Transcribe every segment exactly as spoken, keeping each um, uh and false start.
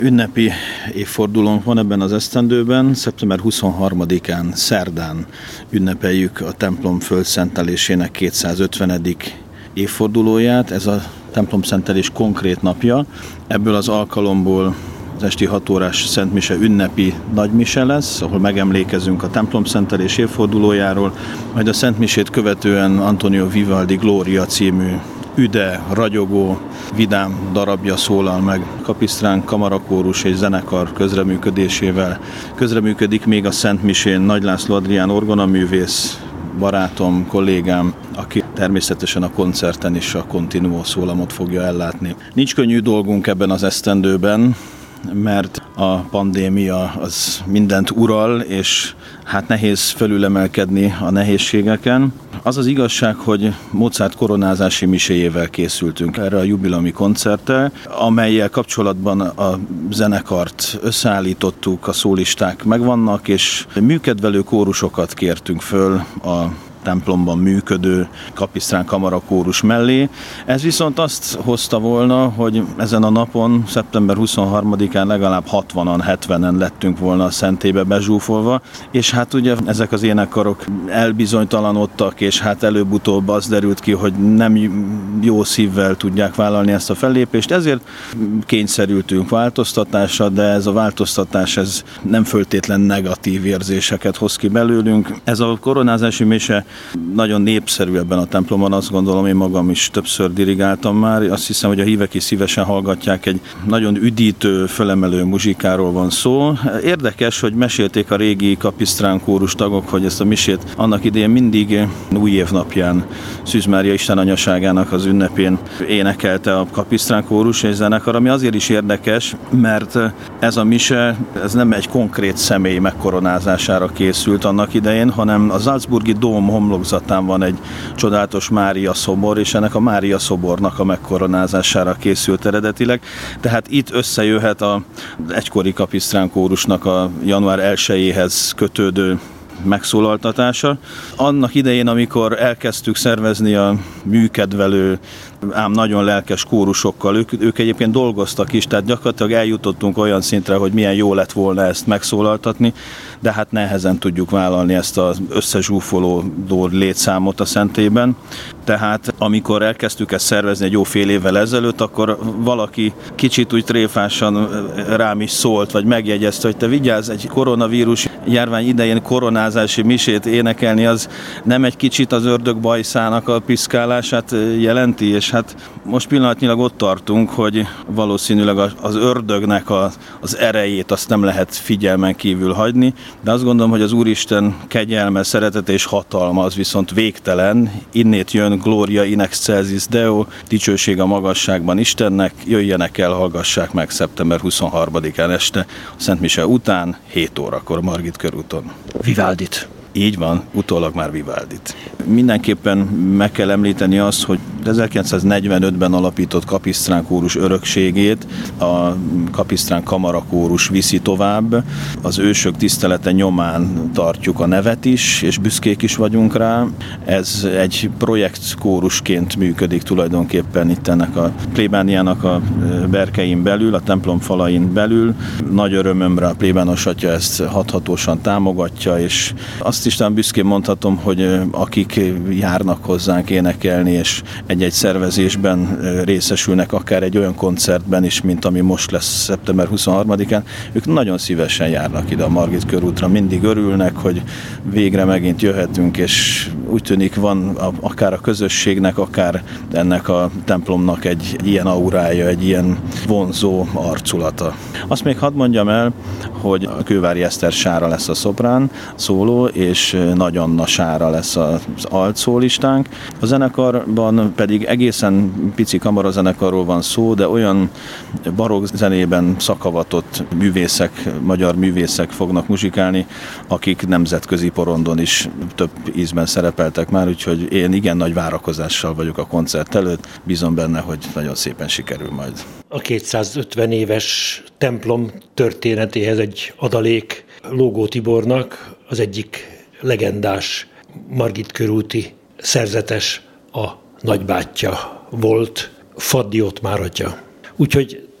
Ünnepi évfordulónk van ebben az esztendőben. szeptember huszonharmadikán szerdán ünnepeljük a templom földszentelésének kétszázötvenedik évfordulóját. Ez a templomszentelés konkrét napja. Ebből az alkalomból az esti hat órás szentmise ünnepi nagymise lesz, ahol megemlékezünk a templomszentelés évfordulójáról, majd a szentmisét követően Antonio Vivaldi Gloria című üde, ragyogó, vidám darabja szólal meg kapisztrán, kamarakórus és zenekar közreműködésével. Közreműködik még a szentmisén Nagy László Adrián orgonaművész, barátom, kollégám, aki természetesen a koncerten is a continuo szólamot fogja ellátni. Nincs könnyű dolgunk ebben az esztendőben, mert a pandémia az mindent ural, és hát nehéz felülemelkedni a nehézségeken. Az az igazság, hogy Mozart koronázási miséjével készültünk erre a jubileumi koncerttel, amellyel kapcsolatban a zenekart összeállítottuk, a szólisták megvannak, és műkedvelő kórusokat kértünk föl a templomban működő kapisztrán kamarakórus mellé. Ez viszont azt hozta volna, hogy ezen a napon, szeptember huszonharmadikán legalább hatvanan, hetvenen lettünk volna a szentélybe bezsúfolva, és hát ugye ezek az énekkarok elbizonytalanodtak, és hát előbb-utóbb az derült ki, hogy nem jó szívvel tudják vállalni ezt a fellépést, ezért kényszerültünk változtatásra, de ez a változtatás ez nem föltétlen negatív érzéseket hoz ki belőlünk. Ez a koronázási mise nagyon népszerű ebben a templomban, azt gondolom, én magam is többször dirigáltam már. Azt hiszem, hogy a hívek is szívesen hallgatják, egy nagyon üdítő, fölemelő muzsikáról van szó. Érdekes, hogy mesélték a régi kapisztrán kórus tagok, hogy ezt a misét annak idején mindig új év napján Szűz Mária Isten anyaságának az ünnepén énekelte a kapisztrán kórus és zenekar, ami azért is érdekes, mert ez a mise, ez nem egy konkrét személy megkoronázására készült annak idején, hanem a salzburgi dóm homlokzatán van egy csodálatos Mária szobor, és ennek a Mária szobornak a megkoronázására készült eredetileg. Tehát itt összejöhet az egykori kapisztrán kórusnak a január elsejéhez kötődő megszólaltatása. Annak idején, amikor elkezdtük szervezni a műkedvelő, ám nagyon lelkes kórusokkal, ők, ők egyébként dolgoztak is, tehát gyakorlatilag eljutottunk olyan szintre, hogy milyen jó lett volna ezt megszólaltatni, de hát nehezen tudjuk vállalni ezt az összezsúfolódó létszámot a szentélyben. Tehát amikor elkezdtük ezt szervezni egy jó fél évvel ezelőtt, akkor valaki kicsit úgy tréfásan rám is szólt, vagy megjegyezte, hogy te vigyázz, egy koronavírus járvány idején koronázási misét énekelni, az nem egy kicsit az ördög bajszának a piszkálását jelenti, és hát most pillanatnyilag ott tartunk, hogy valószínűleg az ördögnek a, az erejét azt nem lehet figyelmen kívül hagyni, de azt gondolom, hogy az Úristen kegyelme, szeretete és hatalma az viszont végtelen, innét jön Gloria in excelsis Deo, dicsőség a magasságban Istennek, jöjjenek el, hallgassák meg szeptember huszonharmadikán este, a Szent Mise után, hét órakor Margit körúton. Vivaldit. Így van, utólag már Vivaldit. Mindenképpen meg kell említeni azt, hogy ezerkilencszáznegyvenötben alapított kapisztrán kórus örökségét a kapisztrán kamarakórus viszi tovább. Az ősök tisztelete nyomán tartjuk a nevet is, és büszkék is vagyunk rá. Ez egy projektkórusként működik tulajdonképpen itt ennek a plébániának a berkein belül, a templom falain belül. Nagy örömömre a plébános atya ezt hathatósan támogatja, és azt is talán büszkén mondhatom, hogy akik járnak hozzánk énekelni, és egy-egy szervezésben részesülnek, akár egy olyan koncertben is, mint ami most lesz szeptember huszonharmadikán, ők nagyon szívesen járnak ide a Margit körútra, mindig örülnek, hogy végre megint jöhetünk, és úgy tűnik van akár a közösségnek, akár ennek a templomnak egy ilyen aurája, egy ilyen vonzó arculata. Azt még hadd mondjam el, hogy a Kővári Eszter Sára lesz a szoprán szóló, és Nagy Anna Sára lesz az altszólistánk. A zenekarban pedig egészen pici kamarazenekarról van szó, de olyan barokk zenében szakavatott művészek, magyar művészek fognak muzsikálni, akik nemzetközi porondon is több ízben szerepeltek már, úgyhogy én igen nagy várakozással vagyok a koncert előtt, bízom benne, hogy nagyon szépen sikerül majd. A kétszázötven éves templom történetéhez egy adalék Lógó Tibornak, az egyik legendás Margit körúti szerzetes, a nagybátyja volt, Faddi Ottmár atya. Úgyhogy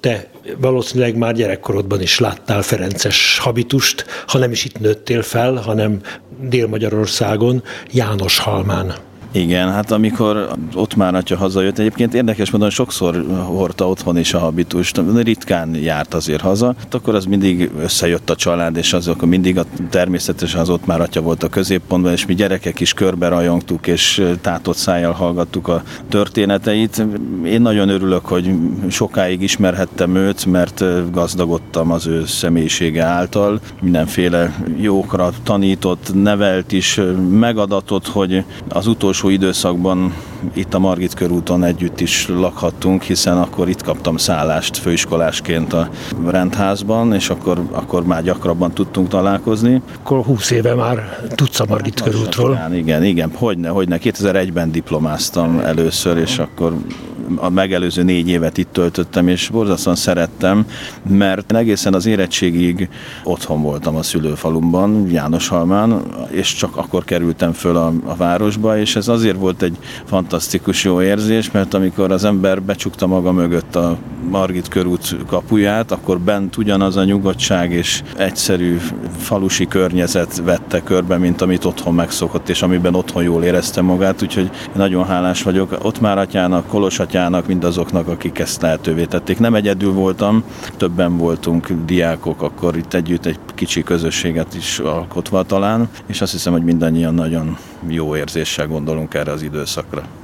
te valószínűleg már gyerekkorodban is láttál ferences habitust, ha nem is itt nőttél fel, hanem Dél-Magyarországon, Jánoshalmán. Igen, hát amikor Ottmár atya hazajött, egyébként érdekes módon sokszor hordta otthon is a habitust, ritkán járt azért haza, akkor az mindig összejött a család, és az akkor mindig a, természetesen az Ottmár atya volt a középpontban, és mi gyerekek is körbe rajongtuk, és tátott szájjal hallgattuk a történeteit. Én nagyon örülök, hogy sokáig ismerhettem őt, mert gazdagodtam az ő személyisége által, mindenféle jókra tanított, nevelt is, megadatott, hogy az utolsó időszakban itt a Margit körúton együtt is lakhattunk, hiszen akkor itt kaptam szállást főiskolásként a rendházban, és akkor, akkor már gyakrabban tudtunk találkozni. Akkor húsz éve már tudsz a Margit körútról. Igen, igen, igen, hogyne, hogyne. kétezer-egyben diplomáztam először, és akkor a megelőző négy évet itt töltöttem, és borzasztóan szerettem, mert egészen az érettségig otthon voltam a szülőfalumban, Jánoshalmán, és csak akkor kerültem föl a, a városba, és ez azért volt egy fantasztikus jó érzés, mert amikor az ember becsukta maga mögött a Margit körút kapuját, akkor bent ugyanaz a nyugodtság és egyszerű falusi környezet vette körbe, mint amit otthon megszokott, és amiben otthon jól érezte magát, úgyhogy nagyon hálás vagyok Ottmár atyának, Kolos atyának, mindazoknak, akik ezt lehetővé tették. Nem egyedül voltam, többen voltunk diákok, akkor itt együtt egy kicsi közösséget is alkotva talán, és azt hiszem, hogy mindannyian nagyon jó érzéssel gondolunk erre az időszakra.